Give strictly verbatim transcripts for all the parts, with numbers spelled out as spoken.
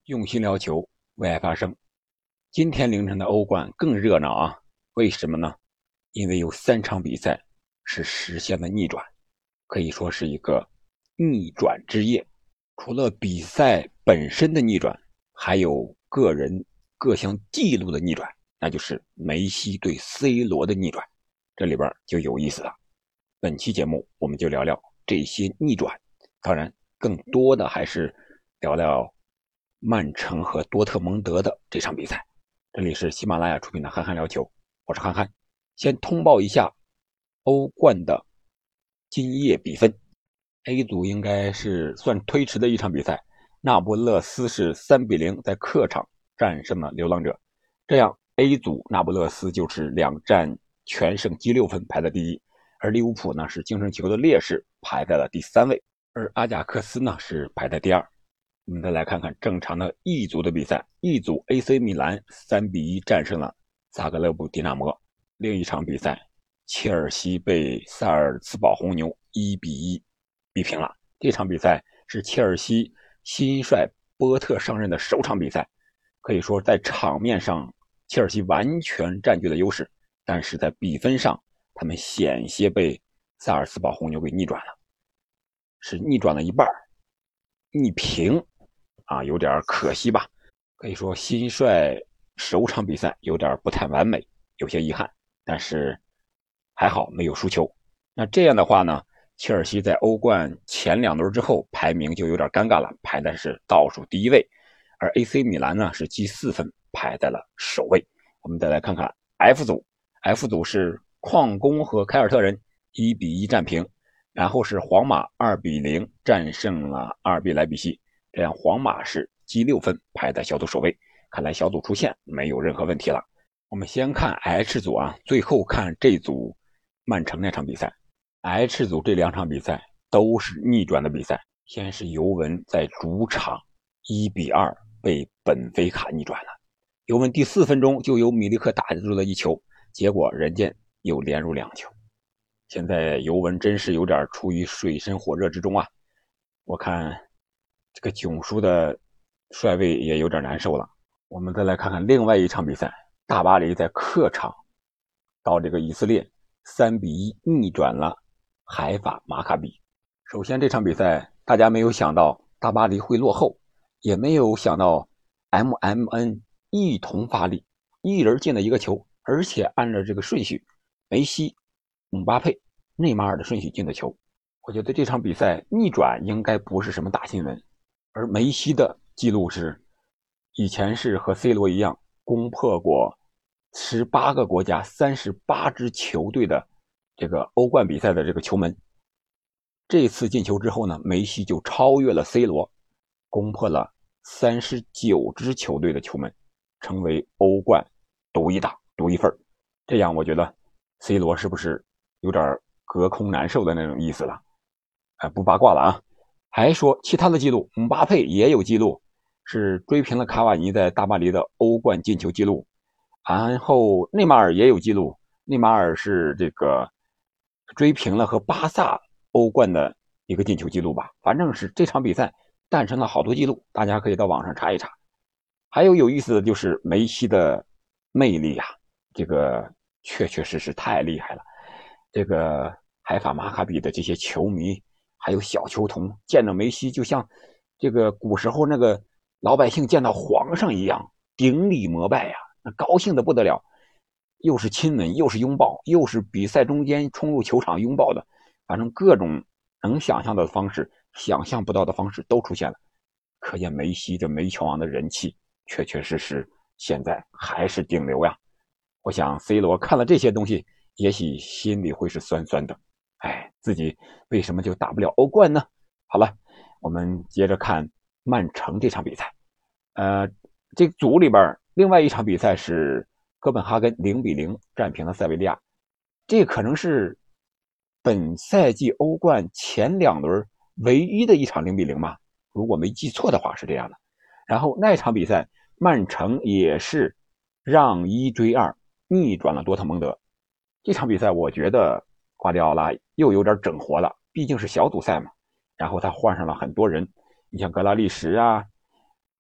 用心聊球，为爱发声。今天凌晨的欧冠更热闹啊！为什么呢？因为有三场比赛是实现了逆转，可以说是一个逆转之夜。除了比赛本身的逆转，还有个人各项纪录的逆转，那就是梅西对 C 罗的逆转。这里边就有意思了。本期节目我们就聊聊这些逆转，当然更多的还是聊聊曼城和多特蒙德的这场比赛。这里是喜马拉雅出品的憨憨聊球，我是憨憨。先通报一下欧冠的今夜比分。A 组应该是算推迟的一场比赛，那不勒斯是三比零在客场战胜了流浪者，这样 A 组那不勒斯就是两战全胜积六分排在第一，而利物浦呢是净胜球的劣势排在了第三位，而阿贾克斯呢是排在第二。我们再来看看正常的 E 组的比赛， E 组 A C 米兰三比一战胜了萨格勒布迪纳摩。另一场比赛，切尔西被萨尔茨堡红牛一比一逼平了。这场比赛是切尔西新帅波特上任的首场比赛，可以说在场面上切尔西完全占据了优势，但是在比分上他们险些被萨尔茨堡红牛给逆转了，是逆转了一半，逆平啊，有点可惜吧。可以说新帅首场比赛有点不太完美，有些遗憾，但是还好没有输球。那这样的话呢，切尔西在欧冠前两轮之后排名就有点尴尬了，排的是倒数第一位，而 A C 米兰呢是积四分排在了首位。我们再来看看 F 组 ，F 组是矿工和凯尔特人一比一战平，然后是皇马二比零战胜了阿尔比莱比锡，这样皇马是积六分排在小组首位，看来小组出线没有任何问题了。我们先看 H 组啊，最后看这组曼城那场比赛。H 组这两场比赛都是逆转的比赛，先是尤文在主场一比二被本菲卡逆转了，尤文第四分钟就由米利克打入了一球，结果人家又连入两球。现在尤文真是有点处于水深火热之中啊！我看这个囧叔的帅位也有点难受了。我们再来看看另外一场比赛，大巴黎在客场到这个以色列三比一逆转了海法马卡比。首先这场比赛大家没有想到大巴黎会落后，也没有想到 M M N 一同发力，一人进了一个球，而且按照这个顺序，梅西、姆巴佩、内马尔的顺序进的球。我觉得这场比赛逆转应该不是什么大新闻，而梅西的记录是以前是和 C 罗一样攻破过十八个国家三十八支球队的这个欧冠比赛的这个球门。这次进球之后呢，梅西就超越了 C 罗，攻破了三十九支球队的球门，成为欧冠独一档独一份。这样我觉得 C 罗是不是有点隔空难受的那种意思了？哎，不八卦了啊。还说其他的记录，姆巴佩也有记录，是追平了卡瓦尼在大巴黎的欧冠进球记录。然后内马尔也有记录，内马尔是这个追平了和巴萨欧冠的一个进球记录吧。反正是这场比赛诞生了好多记录，大家可以到网上查一查。还有有意思的就是梅西的魅力啊，这个确确实实太厉害了。这个海法马卡比的这些球迷还有小球童见到梅西就像这个古时候那个老百姓见到皇上一样顶礼膜拜呀、啊，那高兴的不得了，又是亲吻又是拥抱，又是比赛中间冲入球场拥抱的，反正各种能想象的方式想象不到的方式都出现了。可见梅西这梅球王的人气确确实实现在还是顶流呀。我想 C 罗看了这些东西也许心里会是酸酸的，哎，自己为什么就打不了欧冠呢？好了，我们接着看曼城这场比赛。呃，这组里边另外一场比赛是哥本哈根零比零战平了塞维利亚，这可能是本赛季欧冠前两轮唯一的一场零比零吧，如果没记错的话是这样的。然后那场比赛曼城也是让一追二逆转了多特蒙德。这场比赛我觉得瓜迪奥拉又有点整活了，毕竟是小组赛嘛，然后他换上了很多人，你像格拉利什啊，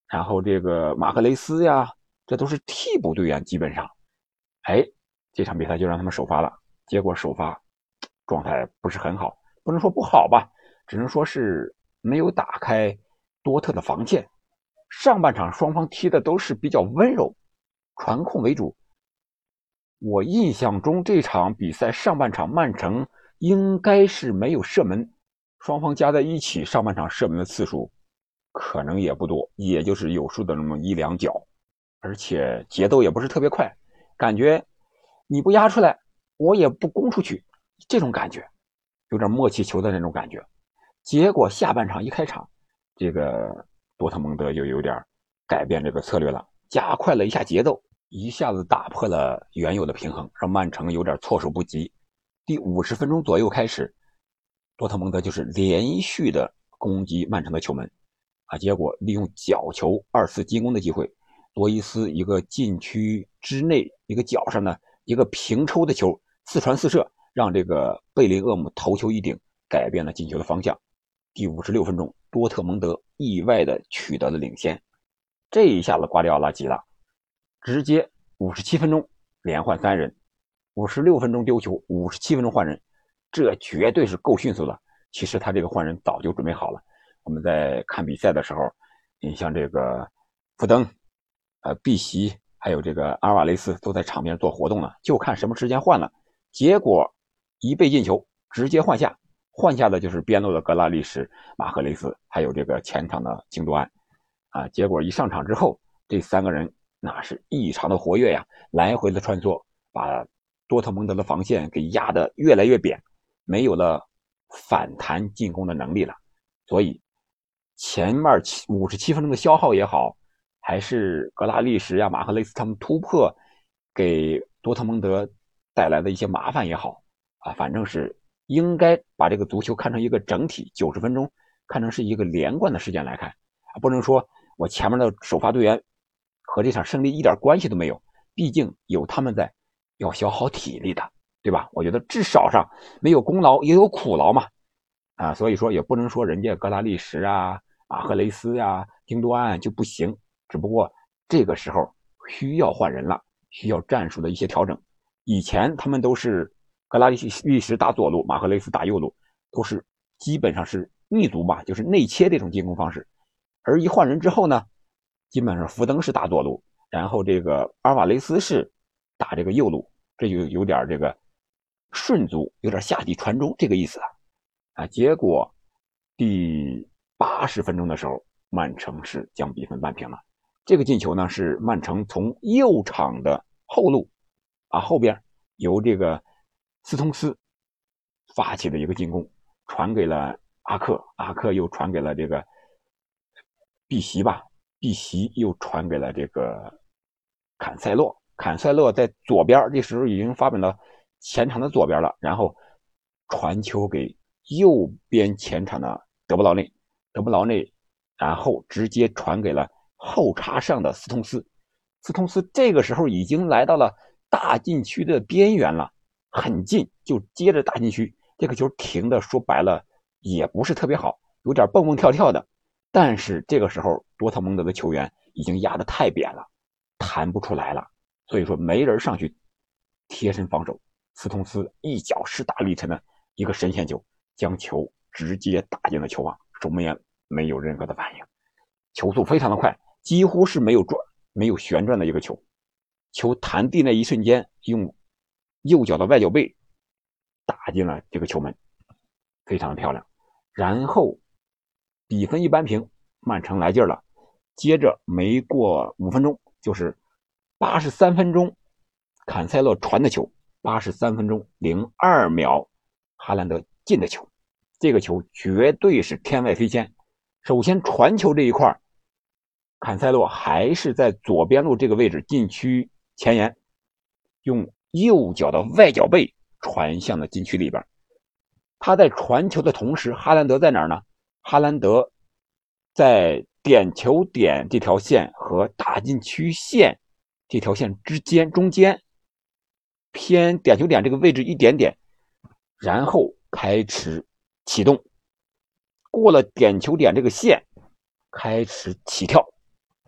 然后这个马克雷斯呀，这都是替补队员，基本上，哎，这场比赛就让他们首发了，结果首发状态不是很好，不能说不好吧，只能说是没有打开多特的防线。上半场双方踢的都是比较温柔，传控为主。我印象中这场比赛上半场曼城应该是没有射门，双方加在一起上半场射门的次数可能也不多，也就是有数的那么一两脚，而且节奏也不是特别快，感觉你不压出来，我也不攻出去，这种感觉有点默契球的那种感觉。结果下半场一开场，这个多特蒙德就有点改变这个策略了，加快了一下节奏，一下子打破了原有的平衡，让曼城有点措手不及。第五十分钟左右开始，多特蒙德就是连续的攻击曼城的球门啊，结果利用角球二次进攻的机会，多伊斯一个禁区之内一个角上的一个平抽的球，四传四射，让这个贝林厄姆头球一顶，改变了进球的方向。第五十六分钟，多特蒙德意外的取得了领先，这一下子瓜迪奥拉急了，直接五十七分钟连换三人，五十六分钟丢球，五十七分钟换人，这绝对是够迅速的。其实他这个换人早就准备好了。我们在看比赛的时候，你像这个福登、呃碧席，还有这个阿尔瓦雷斯都在场边做活动了，就看什么时间换了。结果一被进球，直接换下。换下的就是边路的格拉利什、马赫雷斯，还有这个前场的京多安，啊，结果一上场之后，这三个人那是异常的活跃呀，来回的穿梭，把多特蒙德的防线给压得越来越扁，没有了反弹进攻的能力了。所以前面五十七分钟的消耗也好，还是格拉利什呀、马赫雷斯他们突破给多特蒙德带来的一些麻烦也好，啊，反正是应该把这个足球看成一个整体，九十分钟看成是一个连贯的事件来看，不能说我前面的首发队员和这场胜利一点关系都没有，毕竟有他们在，要消耗体力的，对吧？我觉得至少上没有功劳也有苦劳嘛，啊，所以说也不能说人家格拉利什啊、马赫雷斯呀、啊、京多安就不行，只不过这个时候需要换人了，需要战术的一些调整。以前他们都是格拉利什打左路，马赫雷斯打右路，都是基本上是逆足吧，就是内切这种进攻方式。而一换人之后呢，基本上福登是打左路，然后这个阿尔瓦雷斯是打这个右路，这就有点这个顺足，有点下底传中这个意思啊。结果第八十分钟的时候，曼城是将比分扳平了。这个进球呢是曼城从右场的后路啊后边由这个斯通斯发起的一个进攻，传给了阿克，阿克又传给了这个碧席吧，碧席又传给了这个坎塞洛，坎塞洛在左边，这时候已经发本到前场的左边了，然后传球给右边前场的德布劳内，德布劳内然后直接传给了后插上的斯通斯，斯通斯这个时候已经来到了大禁区的边缘了，很近，就接着大禁区，这个球停的说白了也不是特别好，有点蹦蹦跳跳的，但是这个时候多特蒙德的球员已经压得太扁了，弹不出来了，所以说没人上去贴身防守，斯通斯一脚势大力沉的一个神仙球，将球直接打进了球网，守门员没有任何的反应，球速非常的快，几乎是没有转没有旋转的一个球，球弹地那一瞬间用右脚的外脚背打进了这个球门，非常的漂亮。然后比分一扳平，曼城来劲了，接着没过五分钟，就是八十三分钟坎塞洛传的球，八十三分钟零二秒哈兰德进的球，这个球绝对是天外飞仙。首先传球这一块，坎塞洛还是在左边路这个位置禁区前沿，用右脚的外脚背传向了禁区里边。他在传球的同时，哈兰德在哪儿呢？哈兰德在点球点这条线和大禁区线这条线之间中间偏点球点这个位置一点点，然后开始启动，过了点球点这个线开始起跳，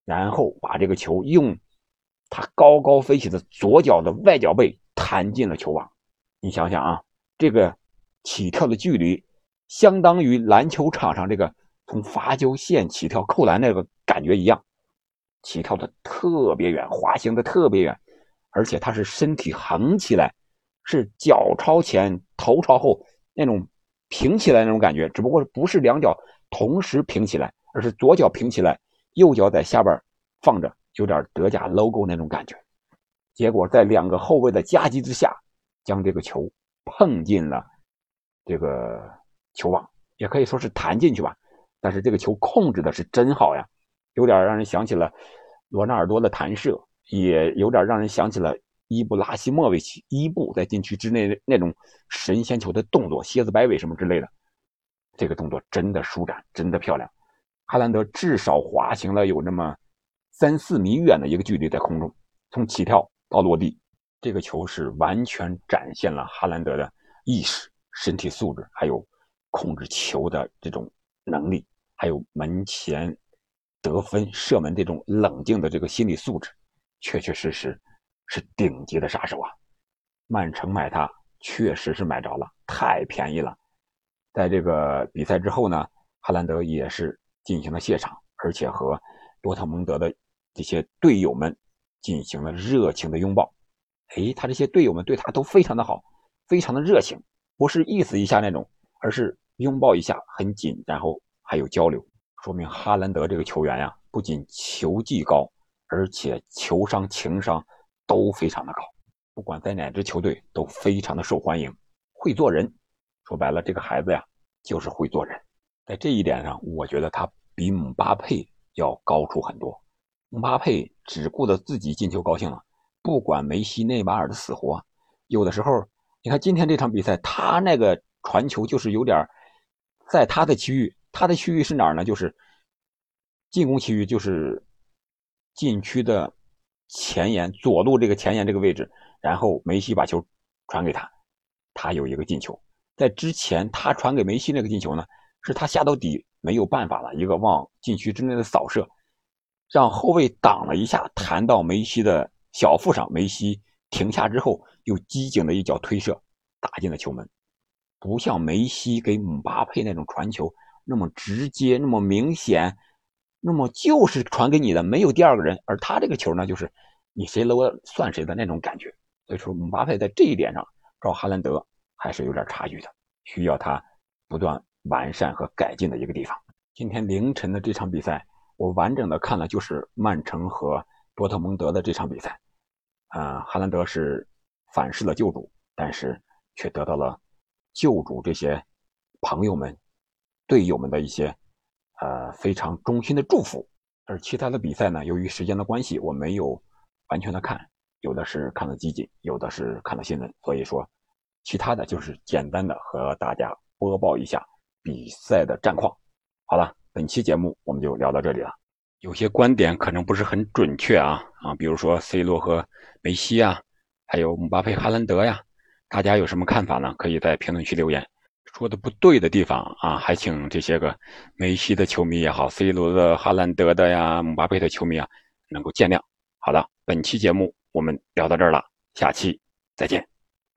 然后把这个球用他高高飞起的左脚的外脚背弹进了球网。你想想啊，这个起跳的距离相当于篮球场上这个从罚球线起跳扣篮那个感觉一样，起跳的特别远，滑行的特别远，而且他是身体横起来，是脚朝前头朝后那种平起来那种感觉，只不过不是两脚同时平起来，而是左脚平起来，右脚在下边放着，有点德甲 logo 那种感觉。结果在两个后卫的夹击之下，将这个球碰进了这个球网，也可以说是弹进去吧。但是这个球控制的是真好呀，有点让人想起了罗纳尔多的弹射，也有点让人想起了伊布拉希莫维奇伊布在禁区之内那种神仙球的动作，蝎子摆尾什么之类的。这个动作真的舒展，真的漂亮。哈兰德至少滑行了有那么三四米远的一个距离在空中，从起跳到落地，这个球是完全展现了哈兰德的意识、身体素质，还有控制球的这种能力，还有门前得分、射门这种冷静的这个心理素质，确确实实是顶级的杀手啊！曼城买他确实是买着了，太便宜了。在这个比赛之后呢，哈兰德也是进行了谢场，而且和多特蒙德的这些队友们进行了热情的拥抱。诶，他这些队友们对他都非常的好，非常的热情，不是意思一下那种，而是拥抱一下很紧，然后还有交流，说明哈兰德这个球员呀，不仅球技高，而且球商、情商都非常的高，不管在哪支球队都非常的受欢迎，会做人。说白了，这个孩子呀，就是会做人。在这一点上，我觉得他比姆巴佩要高出很多。姆巴佩只顾着自己进球高兴了，不管梅西、内马尔的死活。有的时候，你看今天这场比赛，他那个传球就是有点在他的区域，他的区域是哪儿呢？就是进攻区域，就是禁区的前沿，左路这个前沿这个位置，然后梅西把球传给他，他有一个进球。在之前他传给梅西那个进球呢，是他下到底没有办法了，一个往禁区之内的扫射，让后卫挡了一下，弹到梅西的小腹上，梅西停下之后又机警的一脚推射打进了球门。不像梅西给姆巴佩那种传球那么直接，那么明显，那么就是传给你的，没有第二个人。而他这个球呢，就是你谁搂算谁的那种感觉。所以说姆巴佩在这一点上照哈兰德还是有点差距的，需要他不断完善和改进的一个地方。今天凌晨的这场比赛，我完整的看了就是曼城和多特蒙德的这场比赛。呃，哈兰德是反噬了救主，但是却得到了救主这些朋友们、队友们的一些呃非常衷心的祝福。而其他的比赛呢，由于时间的关系，我没有完全的看，有的是看了集锦，有的是看了新闻，所以说其他的就是简单的和大家播报一下比赛的战况。好了，本期节目我们就聊到这里了。有些观点可能不是很准确啊啊，比如说 C 罗和梅西啊，还有姆巴佩、哈兰德呀，大家有什么看法呢？可以在评论区留言。说的不对的地方啊，还请这些个梅西的球迷也好 ，C 罗的、哈兰德的呀、姆巴佩的球迷啊，能够见谅。好的，本期节目我们聊到这儿了，下期再见。